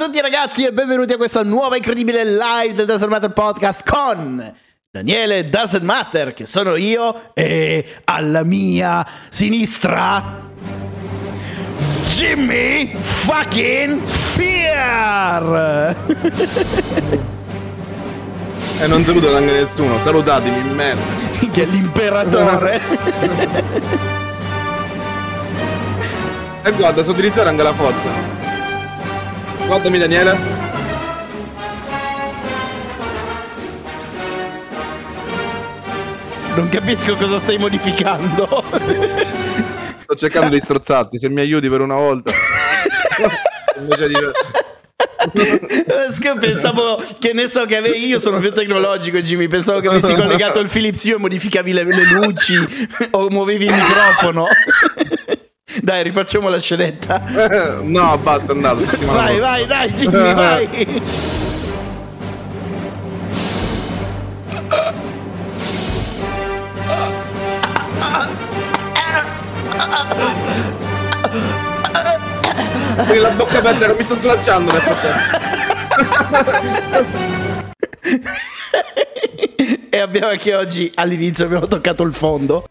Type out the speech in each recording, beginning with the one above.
tutti ragazzi e benvenuti a questa nuova incredibile live del Doesn't Matter Podcast con Daniele Doesn't Matter, che sono io, e alla mia sinistra Jimmy fucking Fear. E non saluto neanche nessuno, salutatemi, merda. Che è l'imperatore. E guarda, so utilizzare anche la forza. Guardami Daniele. Non capisco cosa stai modificando. Sto cercando di strozzarti, se mi aiuti per una volta. Invece di... Pensavo che ne so che avevi, io sono più tecnologico, Jimmy, pensavo che avessi collegato il Philips Hue e modificavi le luci o muovevi il microfono. Dai, rifacciamo la scenetta. No, basta, è andato. Vai, dai, Jimmy, vai. La bocca aperta, non mi sto slacciando nel frattempo. E abbiamo anche oggi, all'inizio abbiamo toccato il fondo.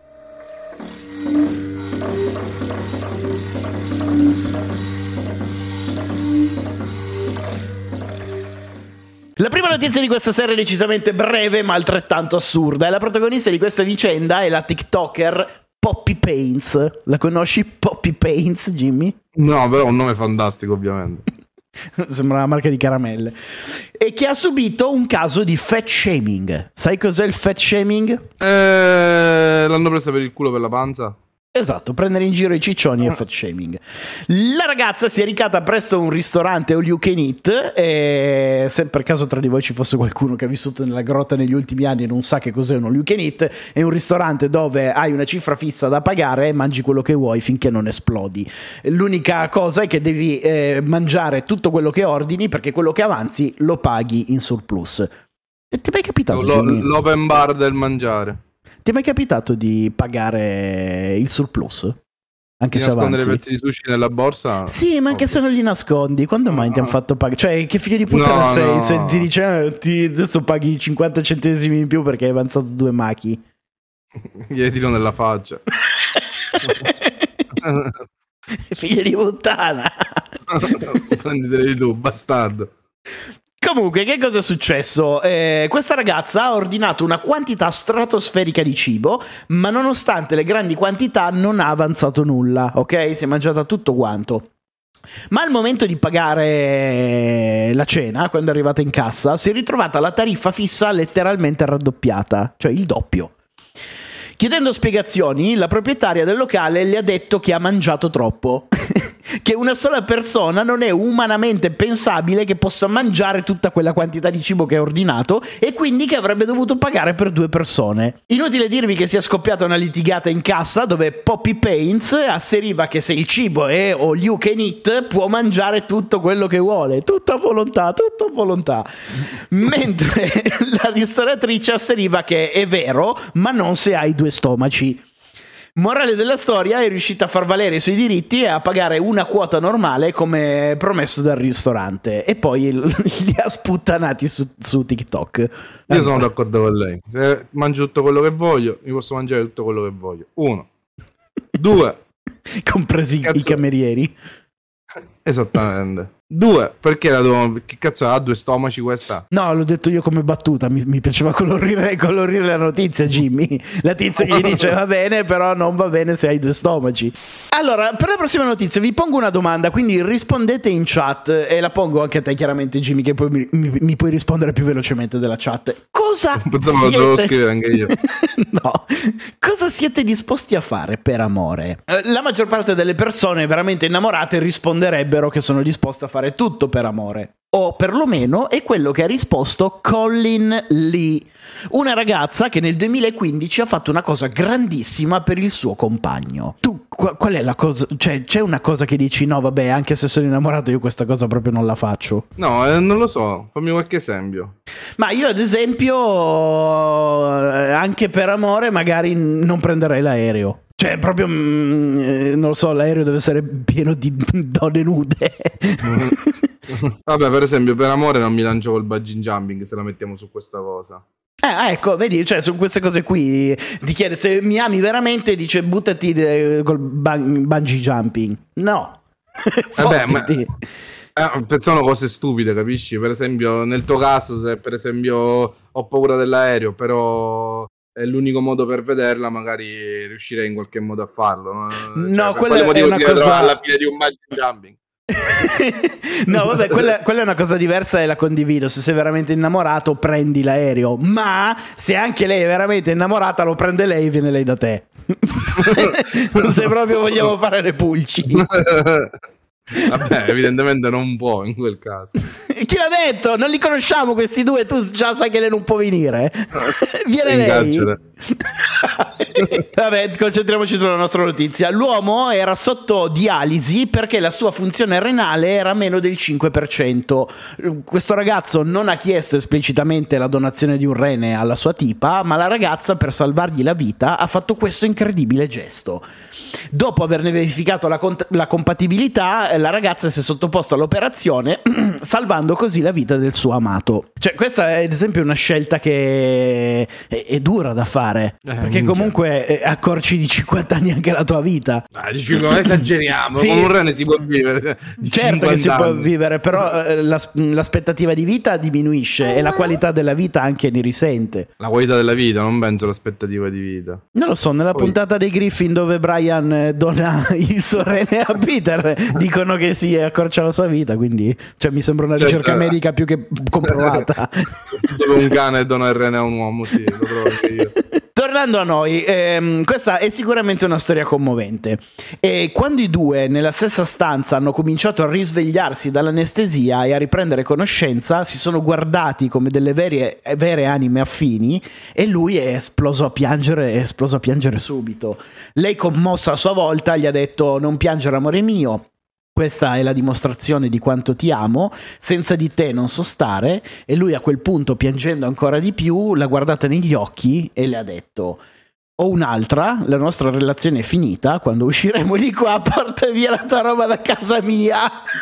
La prima notizia di questa serie è decisamente breve ma altrettanto assurda, e la protagonista di questa vicenda è la TikToker Poppy Paints. La conosci, Poppy Paints, Jimmy? No, però è un nome fantastico, ovviamente. Sembra una marca di caramelle. E che ha subito un caso di fat shaming. Sai cos'è il fat shaming? L'hanno presa per il culo, per la panza. Esatto, prendere in giro i ciccioni e fat shaming. La ragazza si è recata presto a un ristorante all you can eat, e se per caso tra di voi ci fosse qualcuno che ha vissuto nella grotta negli ultimi anni e non sa che cos'è un all you can eat, è un ristorante dove hai una cifra fissa da pagare e mangi quello che vuoi finché non esplodi. L'unica cosa è che devi mangiare tutto quello che ordini, perché quello che avanzi lo paghi in surplus. E ti è mai capitato? L'open bar del mangiare. Ti è mai capitato di pagare il surplus? Anche se nascondere avanzi? I pezzi di sushi nella borsa? Sì, ma anche se non li nascondi, quando mai ti hanno fatto pagare? Cioè, che figlio di puttana sei? No. Se ti dice adesso paghi 50 centesimi in più perché hai avanzato 2 machi. Gli tiro nella faccia. Figlio di puttana. Prenditeli tu, bastardo. Comunque, che cosa è successo? Questa ragazza ha ordinato una quantità stratosferica di cibo, ma nonostante le grandi quantità non ha avanzato nulla, ok? Si è mangiata tutto quanto. Ma al momento di pagare la cena, quando è arrivata in cassa, si è ritrovata la tariffa fissa letteralmente raddoppiata, cioè il doppio. Chiedendo spiegazioni, la proprietaria del locale le ha detto che ha mangiato troppo. Che una sola persona non è umanamente pensabile che possa mangiare tutta quella quantità di cibo che ha ordinato, e quindi che avrebbe dovuto pagare per 2 persone. Inutile dirvi che sia scoppiata una litigata in cassa dove Poppy Paints asseriva che se il cibo è all you can eat può mangiare tutto quello che vuole, tutta volontà. Mentre la ristoratrice asseriva che è vero, ma non se hai 2 stomaci. Morale della storia, è riuscita a far valere i suoi diritti e a pagare una quota normale come promesso dal ristorante, e poi li ha sputtanati su TikTok. Io sono d'accordo con lei. Se mangio tutto quello che voglio, mi posso mangiare tutto quello che voglio. 1. 2. Compresi i camerieri. Esattamente. 2. Perché la devo... Che cazzo ha 2 stomaci questa? No, l'ho detto io come battuta. Mi piaceva colorire la notizia, Jimmy. La tizia che gli dice va bene, però non va bene se hai 2 stomaci. Allora, per la prossima notizia vi pongo una domanda, quindi rispondete in chat, e la pongo anche a te chiaramente, Jimmy, che poi mi puoi rispondere più velocemente della chat. Cosa pensavo siete... lo devo scrivere anche io. No. Cosa siete disposti a fare per amore? La maggior parte delle persone veramente innamorate risponderebbero che sono disposte a fare tutto per amore. O perlomeno è quello che ha risposto Colin Lee, una ragazza che nel 2015 ha fatto una cosa grandissima per il suo compagno. Tu, qual è la cosa? Cioè, c'è una cosa che dici no vabbè, anche se sono innamorato io questa cosa proprio non la faccio? No, non lo so, fammi qualche esempio. Ma io ad esempio anche per amore magari non prenderei l'aereo. Cioè proprio non lo so, l'aereo deve essere pieno di donne nude. Vabbè, per esempio, per amore non mi lancio col bungee jumping, se la mettiamo su questa cosa. Ecco, vedi, cioè su queste cose qui ti chiede se mi ami veramente, dice buttati col bungee jumping. No. Vabbè, ma sono cose stupide, capisci? Per esempio, nel tuo caso, se per esempio ho paura dell'aereo, però è l'unico modo per vederla, magari riuscirei in qualche modo a farlo. No, per quale motivo si trova alla fine di un bungee jumping? No, vabbè, quella è una cosa diversa e la condivido. Se sei veramente innamorato, prendi l'aereo. Ma se anche lei è veramente innamorata, lo prende lei e viene lei da te. Se proprio vogliamo fare le pulci. Vabbè, evidentemente non può in quel caso. Chi l'ha detto? Non li conosciamo questi due. Tu già sai che lei non può venire. Viene lei. Vabbè, concentriamoci sulla nostra notizia. L'uomo era sotto dialisi perché la sua funzione renale era meno del 5%. Questo ragazzo non ha chiesto esplicitamente la donazione di un rene alla sua tipa, ma la ragazza, per salvargli la vita, ha fatto questo incredibile gesto. Dopo averne verificato la compatibilità, la ragazza si è sottoposta all'operazione, salvando così la vita del suo amato. Cioè, questa è ad esempio una scelta che è dura da fare, perché comunque accorci di 50 anni anche la tua vita. Dici, non esageriamo, sì. Con un rene si può vivere. Certo che si può vivere, però l'aspettativa di vita diminuisce e la qualità della vita anche ne risente. La qualità della vita, non penso l'aspettativa di vita. Non lo so, nella puntata dei Griffin dove Brian dona il suo rene a Peter dicono che si accorcia la sua vita, quindi cioè, mi sembra una ricerca medica più che comprovata. Dove un cane dona il rene a un uomo, sì, lo trovo anche io. Tornando a noi, questa è sicuramente una storia commovente. E quando i due nella stessa stanza hanno cominciato a risvegliarsi dall'anestesia e a riprendere conoscenza, si sono guardati come delle vere anime affini e lui è esploso a piangere subito. Lei, commossa a sua volta, gli ha detto: non piangere amore mio, questa è la dimostrazione di quanto ti amo, senza di te non so stare. E lui a quel punto, piangendo ancora di più, l'ha guardata negli occhi e le ha detto: ho un'altra, la nostra relazione è finita, quando usciremo di qua porta via la tua roba da casa mia.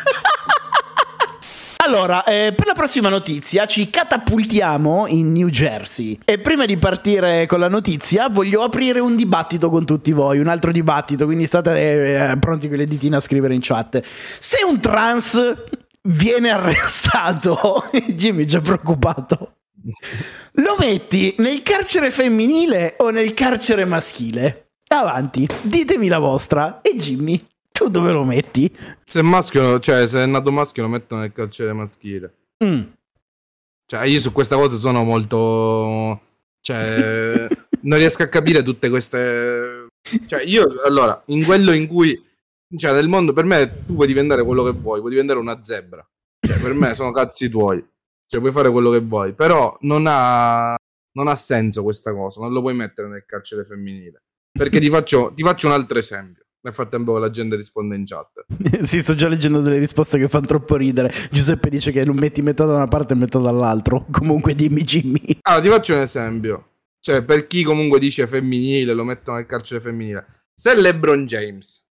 Allora, per la prossima notizia ci catapultiamo in New Jersey. E prima di partire con la notizia voglio aprire un dibattito con tutti voi, un altro dibattito, quindi state pronti con le ditine a scrivere in chat. Se un trans viene arrestato, Jimmy è già preoccupato, lo metti nel carcere femminile o nel carcere maschile? Avanti, ditemi la vostra. E Jimmy, tu dove lo metti? Se è maschio, cioè se è nato maschio lo metto nel carcere maschile. Cioè io su questa cosa sono molto, cioè non riesco a capire tutte queste, cioè io allora in quello in cui, cioè nel mondo per me tu puoi diventare quello che vuoi, puoi diventare una zebra, cioè per me sono cazzi tuoi, cioè puoi fare quello che vuoi, però non ha senso questa cosa, non lo puoi mettere nel carcere femminile, perché ti faccio un altro esempio. Nel frattempo la gente risponde in chat. Sì, sto già leggendo delle risposte che fanno troppo ridere. Giuseppe dice che non metti metà da una parte e metà dall'altro. Comunque dimmi Jimmy. Allora ti faccio un esempio. Cioè per chi comunque dice femminile, lo mettono nel carcere femminile. Se LeBron James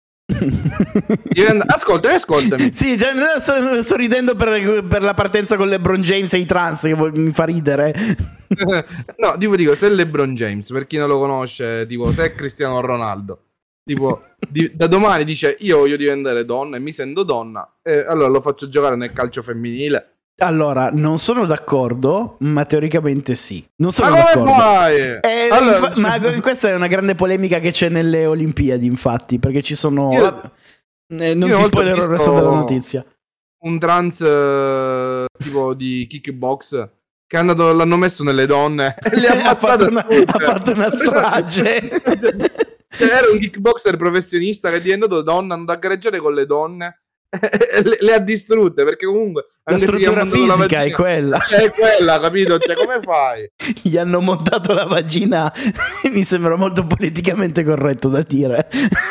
ascoltami. Sì, già, sto ridendo per la partenza con LeBron James e i trans, che mi fa ridere. No, dico, se LeBron James, per chi non lo conosce, tipo se è Cristiano Ronaldo, tipo da domani dice io voglio diventare donna e mi sento donna, e allora lo faccio giocare nel calcio femminile. Allora, non sono d'accordo, ma teoricamente sì. Non sono ma d'accordo. Come fai? Allora, ma questa è una grande polemica che c'è nelle Olimpiadi, infatti, perché ci sono... non ti spoilerò il resto della notizia. Un trans tipo di kickbox che l'hanno messo nelle donne e le ha fatto una strage. Era un kickboxer professionista che è diventato donna, andò a gareggiare con le donne e le ha distrutte, perché comunque la struttura fisica è quella. Cioè è quella, capito? Cioè come fai? Gli hanno montato la vagina. Mi sembra molto politicamente corretto da dire.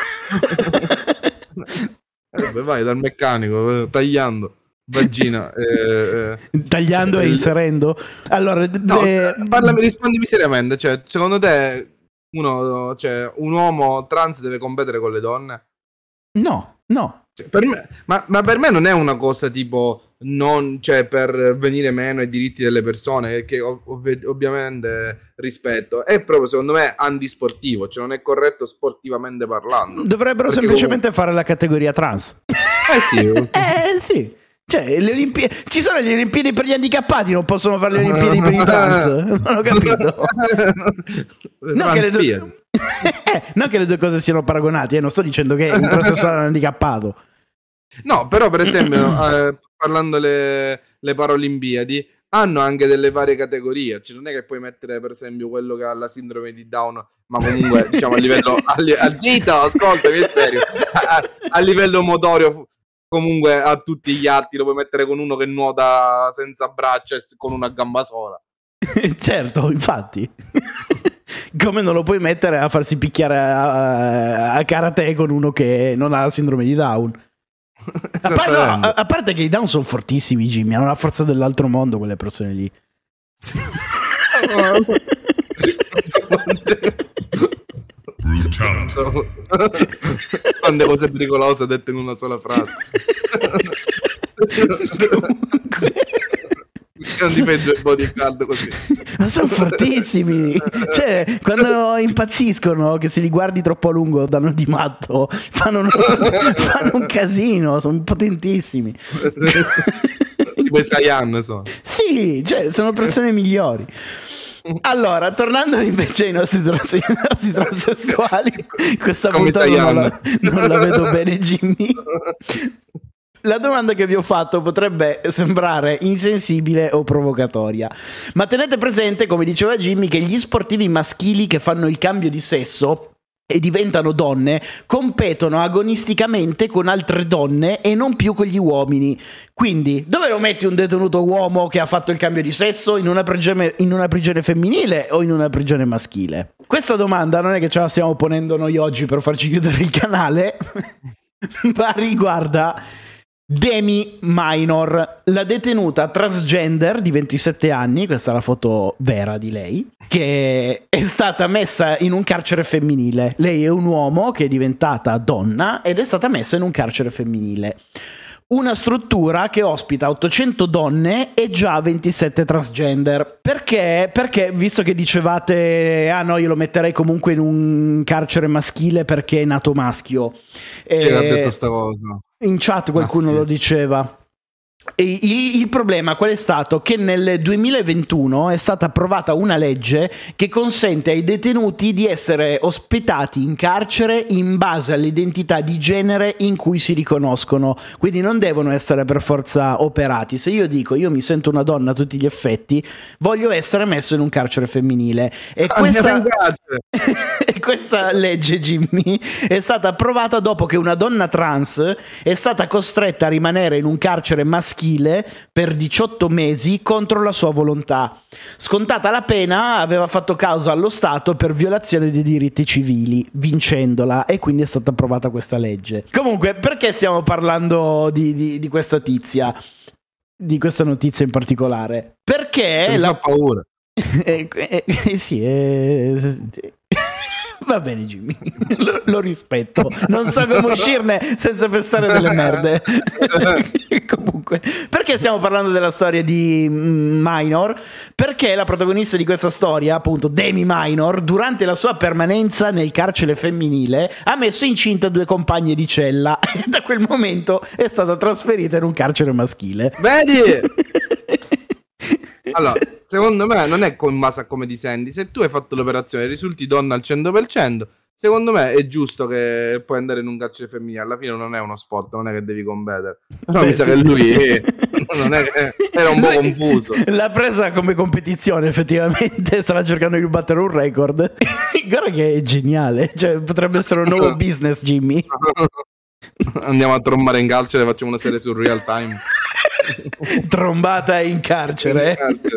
Vai dal meccanico tagliando vagina tagliando e inserendo. Allora parlami, rispondimi seriamente, cioè secondo te un uomo trans deve competere con le donne? No. Cioè, per me, ma per me non è una cosa tipo cioè, per venire meno ai diritti delle persone, che ovviamente rispetto, è proprio secondo me antisportivo, cioè non è corretto sportivamente parlando. Dovrebbero semplicemente fare la categoria trans. Sì. Cioè, ci sono le Olimpiadi per gli handicappati, non possono fare le Olimpiadi per i trans. Non ho capito. Non che le due cose siano paragonate, non sto dicendo che un transessuale è un handicappato. No, però per esempio, parlando le Paralimpiadi, hanno anche delle varie categorie, cioè non è che puoi mettere per esempio quello che ha la sindrome di Down, ma comunque diciamo a livello zitto, ascoltami, è serio, a livello motorio comunque a tutti gli altri lo puoi mettere con uno che nuota senza braccia e con una gamba sola. Certo, infatti. Come non lo puoi mettere a farsi picchiare a karate con uno che non ha la sindrome di Down. A parte che i Down sono fortissimi, Jimmy, hanno la forza dell'altro mondo quelle persone lì. Quante cose pericolose dette in una sola frase. Non ti fai 2 bodyguard così. Ma sono fortissimi. Cioè, quando impazziscono, che se li guardi troppo a lungo danno di matto, fanno un casino, sono potentissimi. Tipo Saiyan sono. Sì, cioè, sono persone migliori. Allora, tornando invece ai nostri transessuali, questa puntata non la vedo bene, Jimmy. La domanda che vi ho fatto potrebbe sembrare insensibile o provocatoria, ma tenete presente, come diceva Jimmy, che gli sportivi maschili che fanno il cambio di sesso e diventano donne competono agonisticamente con altre donne e non più con gli uomini. Quindi, dove lo metti un detenuto uomo che ha fatto il cambio di sesso? In una prigione femminile o in una prigione maschile? Questa domanda non è che ce la stiamo ponendo noi oggi per farci chiudere il canale, ma riguarda Demi Minor, la detenuta transgender di 27 anni, questa è la foto vera di lei, che è stata messa in un carcere femminile. Lei è un uomo che è diventata donna ed è stata messa in un carcere femminile. Una struttura che ospita 800 donne e già 27 transgender. Perché? Perché, visto che dicevate, no, io lo metterei comunque in un carcere maschile perché è nato maschio. Chi ha detto sta cosa? In chat qualcuno lo diceva. E il problema qual è stato? Che nel 2021 è stata approvata una legge che consente ai detenuti di essere ospitati in carcere in base all'identità di genere in cui si riconoscono, quindi non devono essere per forza operati. Se io dico io mi sento una donna a tutti gli effetti, voglio essere messo in un carcere femminile e questa legge, Jimmy, è stata approvata dopo che una donna trans è stata costretta a rimanere in un carcere maschile per 18 mesi contro la sua volontà. Scontata la pena, aveva fatto causa allo Stato per violazione dei diritti civili, vincendola, e quindi è stata approvata questa legge. Comunque, perché stiamo parlando di questa tizia? Di questa notizia in particolare? Perché mi fa paura. Sì, va bene, Jimmy, lo rispetto. Non so come uscirne senza pestare delle merde. Comunque, perché stiamo parlando della storia di Minor? Perché la protagonista di questa storia, appunto Demi Minor, durante la sua permanenza nel carcere femminile ha messo incinta 2 compagne di cella e da quel momento è stata trasferita in un carcere maschile. Vedi? Allora, secondo me non è in base a come ti senti. Se tu hai fatto l'operazione e risulti donna al 100%, secondo me è giusto che puoi andare in un carcere femminile. Alla fine non è uno sport, non è che devi competere. Però mi sa che lui non è che era un po' confuso. L'ha presa come competizione, effettivamente. Stava cercando di battere un record. Guarda che è geniale. Cioè, potrebbe essere un nuovo business, Jimmy. Andiamo a trombare in carcere e facciamo una serie su Real Time. Trombata in carcere.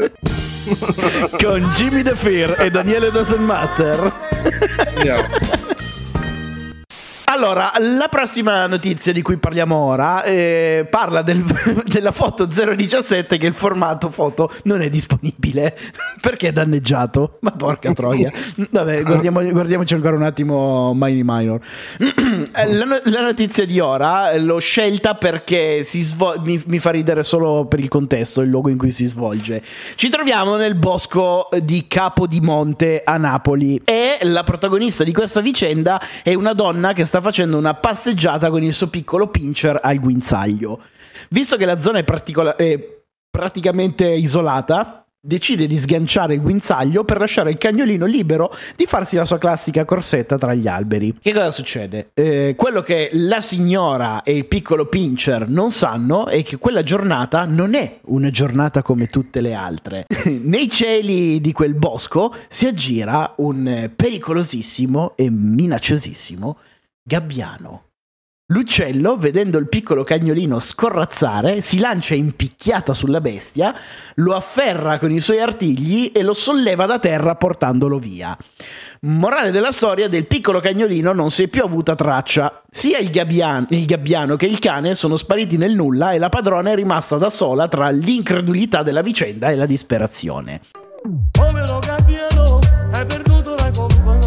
Con Jimmy The Fear e Daniele Doesn't Matter. Andiamo. Allora, la prossima notizia di cui parliamo ora parla della foto 017, che il formato foto non è disponibile perché è danneggiato. Ma porca troia. Vabbè, guardiamoci ancora un attimo Mini Minor. La notizia di ora l'ho scelta perché mi fa ridere solo per il contesto, il luogo in cui si svolge. Ci troviamo nel bosco di Capodimonte a Napoli e la protagonista di questa vicenda è una donna che sta facendo una passeggiata con il suo piccolo pincher al guinzaglio. Visto che la zona è praticamente isolata, decide di sganciare il guinzaglio per lasciare il cagnolino libero di farsi la sua classica corsetta tra gli alberi. Che cosa succede? Quello che la signora e il piccolo pincher non sanno è che quella giornata non è una giornata come tutte le altre. Nei cieli di quel bosco si aggira un pericolosissimo e minacciosissimo gabbiano. L'uccello, vedendo il piccolo cagnolino scorrazzare, si lancia in picchiata sulla bestia, lo afferra con i suoi artigli e lo solleva da terra portandolo via. Morale della storia: del piccolo cagnolino non si è più avuta traccia. Sia il gabbiano che il cane sono spariti nel nulla e la padrona è rimasta da sola tra l'incredulità della vicenda e la disperazione. Povero gabbiano, hai perduto la compagna.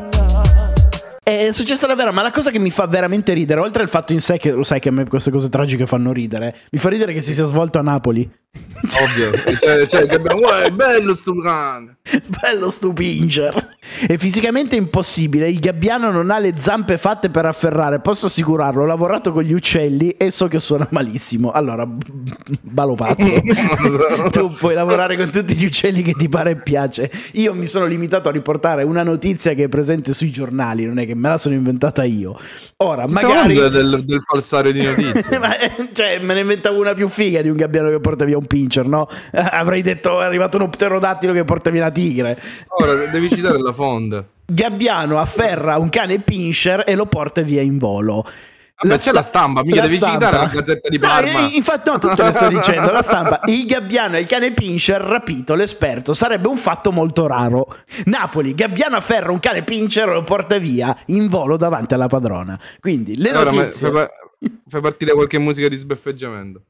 È successa davvero, ma la cosa che mi fa veramente ridere, oltre al fatto in sé che lo sai che a me queste cose tragiche fanno ridere, mi fa ridere che si sia svolto a Napoli. Ovvio, bello sto cane. Bello sto pincher. È fisicamente impossibile, il gabbiano non ha le zampe fatte per afferrare, posso assicurarlo, ho lavorato con gli uccelli e so che suona malissimo. Allora, balo pazzo. Tu puoi lavorare con tutti gli uccelli che ti pare e piace. Io mi sono limitato a riportare una notizia che è presente sui giornali, non è che me la sono inventata io. Ora, magari del falsario di notizie. Cioè, me ne inventavo una più figa di un gabbiano che porta via un pincher, no? Avrei detto è arrivato uno pterodattilo che porta via una tigre. Ora devi citare la fonte. Gabbiano afferra un cane pincher e lo porta via in volo. C'è la stampa, mica devi citare la Gazzetta di Parma. Infatti no, tutto le sto dicendo, la stampa. Il gabbiano e il cane pincher rapito l'esperto, sarebbe un fatto molto raro. Napoli, gabbiano afferra un cane pincher e lo porta via in volo davanti alla padrona. Quindi le notizie. Fai partire qualche musica di sbeffeggiamento.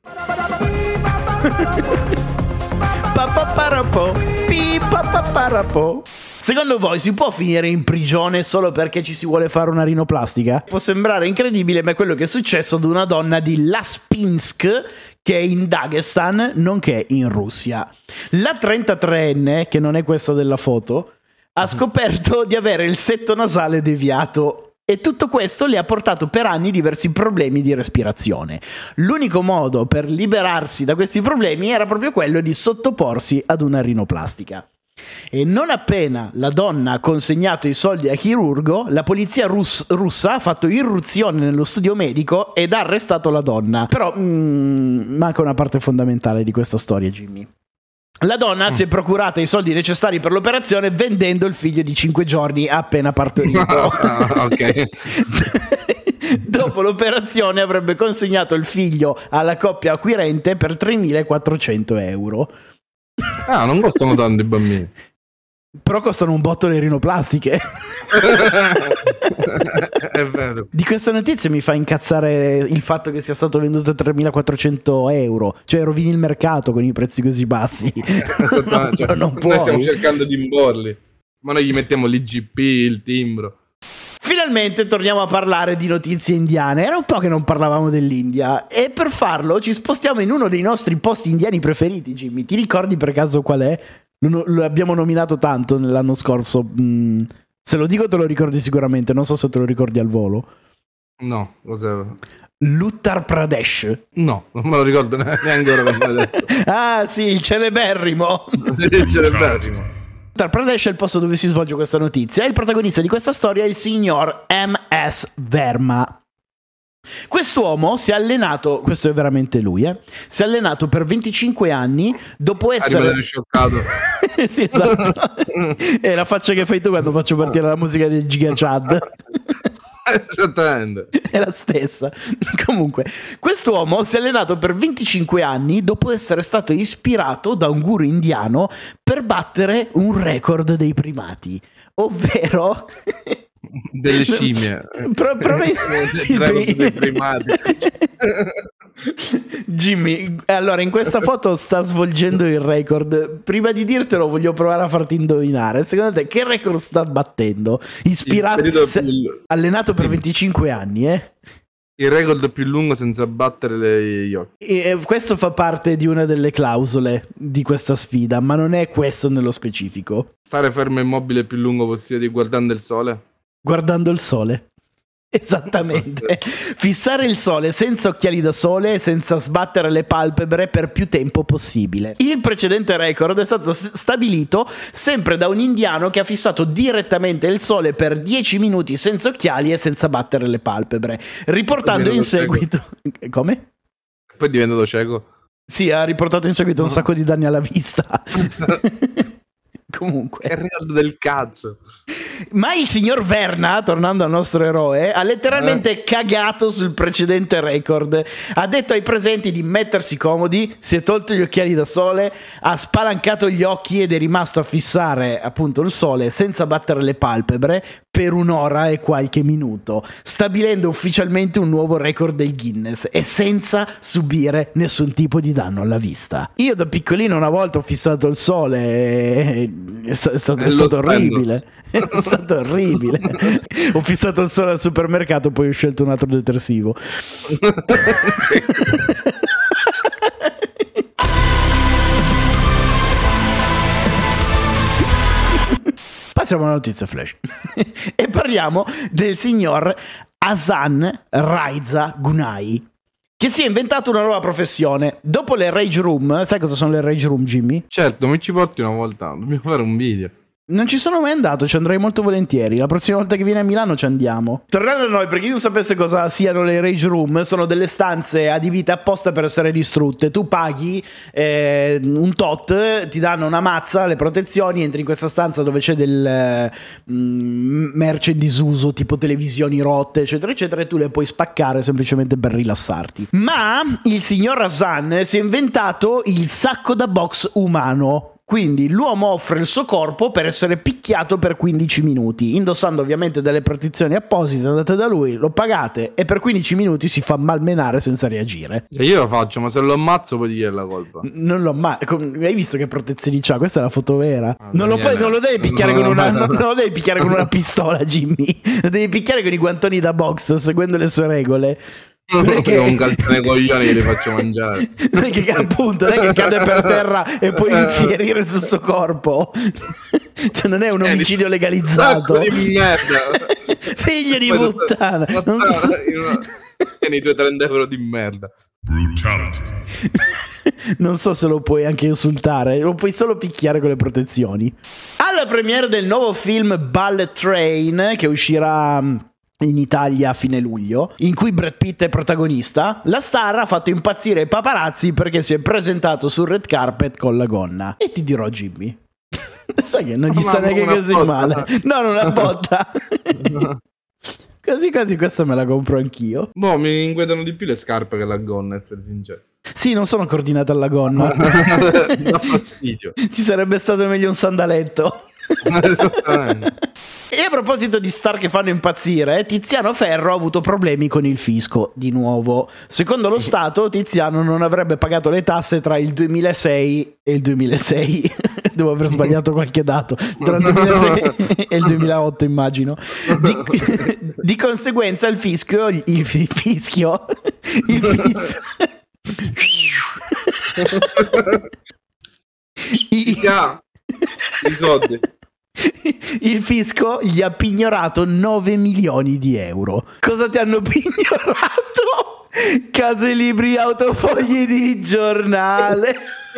Secondo voi si può finire in prigione solo perché ci si vuole fare una rinoplastica? Può sembrare incredibile, ma è quello che è successo ad una donna di Laspinsk, che è in Dagestan, nonché in Russia. La 33enne, che non è questa della foto, ha scoperto di avere il setto nasale deviato. E tutto questo le ha portato per anni diversi problemi di respirazione. L'unico modo per liberarsi da questi problemi era proprio quello di sottoporsi ad una rinoplastica. E non appena la donna ha consegnato i soldi al chirurgo, la polizia russa ha fatto irruzione nello studio medico ed ha arrestato la donna. Però manca una parte fondamentale di questa storia, Jimmy. La donna si è procurata i soldi necessari per l'operazione vendendo il figlio di 5 giorni appena partorito. Ok. Dopo l'operazione avrebbe consegnato il figlio alla coppia acquirente per 3.400 euro. Ah, non costano tanto i bambini. Però costano un botto le rinoplastiche. È vero. Di questa notizia mi fa incazzare il fatto che sia stato venduto a 3.400 euro. Cioè rovini il mercato con i prezzi così bassi. Non puoi. Noi stiamo cercando di imporli, ma noi gli mettiamo l'IGP, il timbro. Finalmente torniamo a parlare di notizie indiane. Era un po' che non parlavamo dell'India e per farlo ci spostiamo in uno dei nostri posti indiani preferiti, Jimmy. Ti ricordi per caso qual è? Lo abbiamo nominato tanto l'anno scorso. Se lo dico te lo ricordi sicuramente. Non so se te lo ricordi al volo. No, cos'è? L'Uttar Pradesh. No, non me lo ricordo neanche ora come detto. Ah sì, il celeberrimo. Il celeberrimo. Uttar Pradesh è il posto dove si svolge questa notizia. Il protagonista di questa storia è il signor M.S. Verma. Quest'uomo si è allenato, questo è veramente lui, si è allenato per 25 anni dopo essere scioccato. Sì, esatto. È la faccia che fai tu quando faccio partire la musica del Giga Chad. Esattamente. È la stessa. Comunque, quest'uomo si è allenato per 25 anni dopo essere stato ispirato da un guru indiano per battere un record dei primati, ovvero delle scimmie. Sì, dei primati. Jimmy, allora in questa foto sta svolgendo il record. Prima di dirtelo voglio provare a farti indovinare. Secondo te che record sta battendo? Ispirato, allenato per 25 anni, Il record più lungo senza battere gli occhi. E questo fa parte di una delle clausole di questa sfida, ma non è questo nello specifico. Stare fermo immobile il più lungo possibile guardando il sole? Guardando il sole. Esattamente. Fissare il sole senza occhiali da sole e senza sbattere le palpebre per più tempo possibile. Il precedente record è stato stabilito sempre da un indiano che ha fissato direttamente il sole per 10 minuti senza occhiali e senza battere le palpebre, riportando in seguito... Come? Poi è diventato cieco. Sì, ha riportato in seguito un sacco di danni alla vista. Comunque, è record del cazzo. Ma il signor Verna, tornando al nostro eroe, ha letteralmente cagato sul precedente record. Ha detto ai presenti di mettersi comodi, si è tolto gli occhiali da sole, ha spalancato gli occhi ed è rimasto a fissare appunto il sole senza battere le palpebre per 1 ora e qualche minuto, stabilendo ufficialmente un nuovo record del Guinness e senza subire nessun tipo di danno alla vista. Io da piccolino una volta ho fissato il sole, è stato orribile. È stato orribile. Ho fissato il sole al supermercato, poi ho scelto un altro detersivo. Passiamo alla notizia flash e parliamo del signor Hasan Raiza Gunai, che si è inventato una nuova professione. Dopo le rage room, sai cosa sono le rage room, Jimmy? Certo, mi ci porti una volta, dobbiamo fare un video. Non ci sono mai andato, ci andrei molto volentieri. La prossima volta che vieni a Milano ci andiamo. Tornando a noi, per chi non sapesse cosa siano le rage room, sono delle stanze adibite apposta per essere distrutte. Tu paghi un tot, ti danno una mazza, le protezioni, entri in questa stanza dove c'è del merce in disuso, tipo televisioni rotte, eccetera, eccetera, e tu le puoi spaccare semplicemente per rilassarti. Ma il signor Hasan si è inventato il sacco da box umano. Quindi l'uomo offre il suo corpo per essere picchiato per 15 minuti, indossando ovviamente delle protezioni apposite, andate da lui, lo pagate e per 15 minuti si fa malmenare senza reagire. E io lo faccio, ma se lo ammazzo poi chi è la colpa? Non lo ammazzo, hai visto che protezioni c'ha? Questa è la foto vera. Non lo devi picchiare con una, non lo devi picchiare con una pistola, Jimmy. Lo devi picchiare con i guantoni da box, seguendo le sue regole. Perché un calzone coglioni che li faccio mangiare. Non è che appunto non è che cade per terra e puoi infierire sul suo corpo. Cioè non è un omicidio legalizzato. Di merda. Figlio di puttana. Tieni i tuoi 30 euro di merda. Brutality. Non so se lo puoi anche insultare, lo puoi solo picchiare con le protezioni. Alla premiere del nuovo film Bullet Train, che uscirà in Italia a fine luglio, in cui Brad Pitt è protagonista, la star ha fatto impazzire i paparazzi perché si è presentato sul red carpet con la gonna. E ti dirò, Jimmy, sai che non gli sta neanche così male. No, non la botta. Quasi questa me la compro anch'io. Boh, mi inquietano di più le scarpe che la gonna, essere sincero. Sì, non sono coordinate alla gonna. Dà fastidio. Ci sarebbe stato meglio un sandaletto. Esattamente. E a proposito di star che fanno impazzire, Tiziano Ferro ha avuto problemi con il fisco di nuovo. Secondo lo Stato, Tiziano non avrebbe pagato le tasse tra il 2006 e il 2006. Devo aver sbagliato qualche dato. Tra il 2006 e il 2008, immagino. Di conseguenza il fischio I soldi. Il fisco gli ha pignorato 9 milioni di euro. Cosa ti hanno pignorato? Case, libri, autofogli di giornale.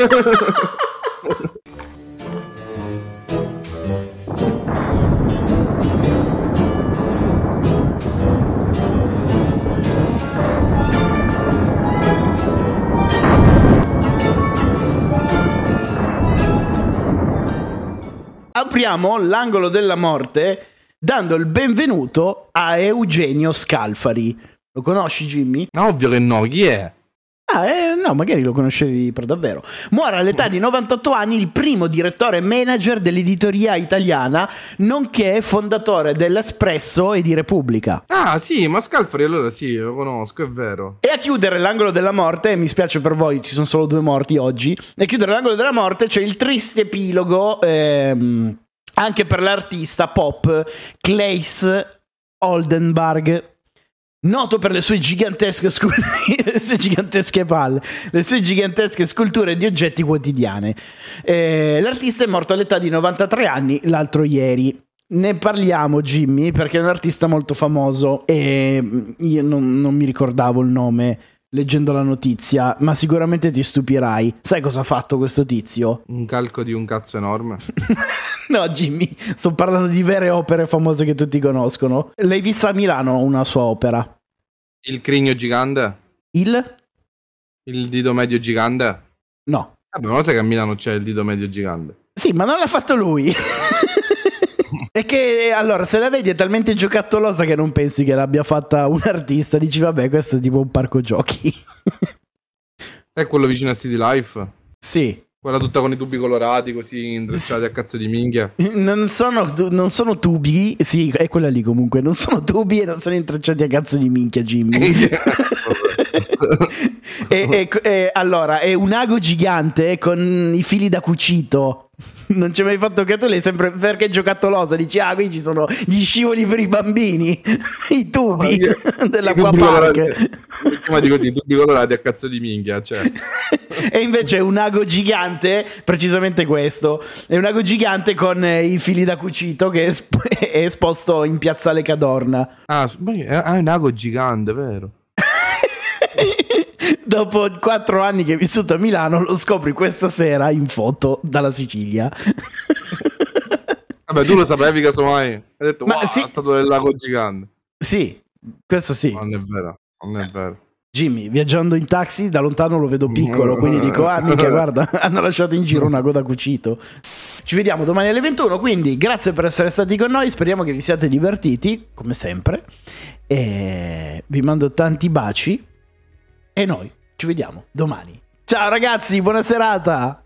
Apriamo l'angolo della morte dando il benvenuto a Eugenio Scalfari. Lo conosci, Jimmy? Ovvio che no, chi è? No, magari lo conoscevi per davvero. Muore all'età di 98 anni il primo direttore manager dell'editoria italiana, nonché fondatore dell'Espresso e di Repubblica. Ah, sì, ma Scalfari allora sì, lo conosco, è vero. E a chiudere l'angolo della morte, mi spiace per voi, ci sono solo 2 morti oggi, e a chiudere l'angolo della morte c'è il triste epilogo anche per l'artista pop Claes Oldenburg, noto per le sue gigantesche sculture di oggetti quotidiani. L'artista è morto all'età di 93 anni l'altro ieri. Ne parliamo, Jimmy, perché è un artista molto famoso e io non mi ricordavo il nome leggendo la notizia, ma sicuramente ti stupirai. Sai cosa ha fatto questo tizio? Un calco di un cazzo enorme. No, Jimmy, sto parlando di vere opere famose che tutti conoscono. L'hai vista a Milano una sua opera? Il crigno gigante? Il dito medio gigante? No. Vabbè, ma lo sai che a Milano c'è il dito medio gigante? Sì, ma non l'ha fatto lui. È che allora, se la vedi è talmente giocattolosa che non pensi che l'abbia fatta un artista. Dici, vabbè, questo è tipo un parco giochi. È quello vicino a City Life? Sì. Quella tutta con i tubi colorati così intrecciati a cazzo di minchia. Non sono tubi. Sì, è quella lì comunque. Non sono tubi e non sono intrecciati a cazzo di minchia, Jimmy. Allora, è un ago gigante con i fili da cucito. Non ci hai mai fatto che tu lei sempre perché è giocattolosa, dici qui ci sono gli scivoli per i bambini, i tubi dell'acquapark. Come dico così, i tubi colorati a cazzo di minchia, cioè. E invece è un ago gigante, precisamente questo, è un ago gigante con i fili da cucito che è esposto in piazzale Cadorna. È un ago gigante, vero? Dopo 4 anni che hai vissuto a Milano lo scopri questa sera in foto dalla Sicilia. Vabbè, tu lo sapevi casomai? Hai detto, Ma wow, sì. è stato dell'ago gigante. Sì, questo sì. Non è vero, non è vero. Jimmy, viaggiando in taxi da lontano lo vedo piccolo, quindi dico, mica, guarda, hanno lasciato in giro un ago da cucito. Ci vediamo domani alle 21, quindi grazie per essere stati con noi, speriamo che vi siate divertiti, come sempre, e vi mando tanti baci e noi ci vediamo domani. Ciao ragazzi, buona serata!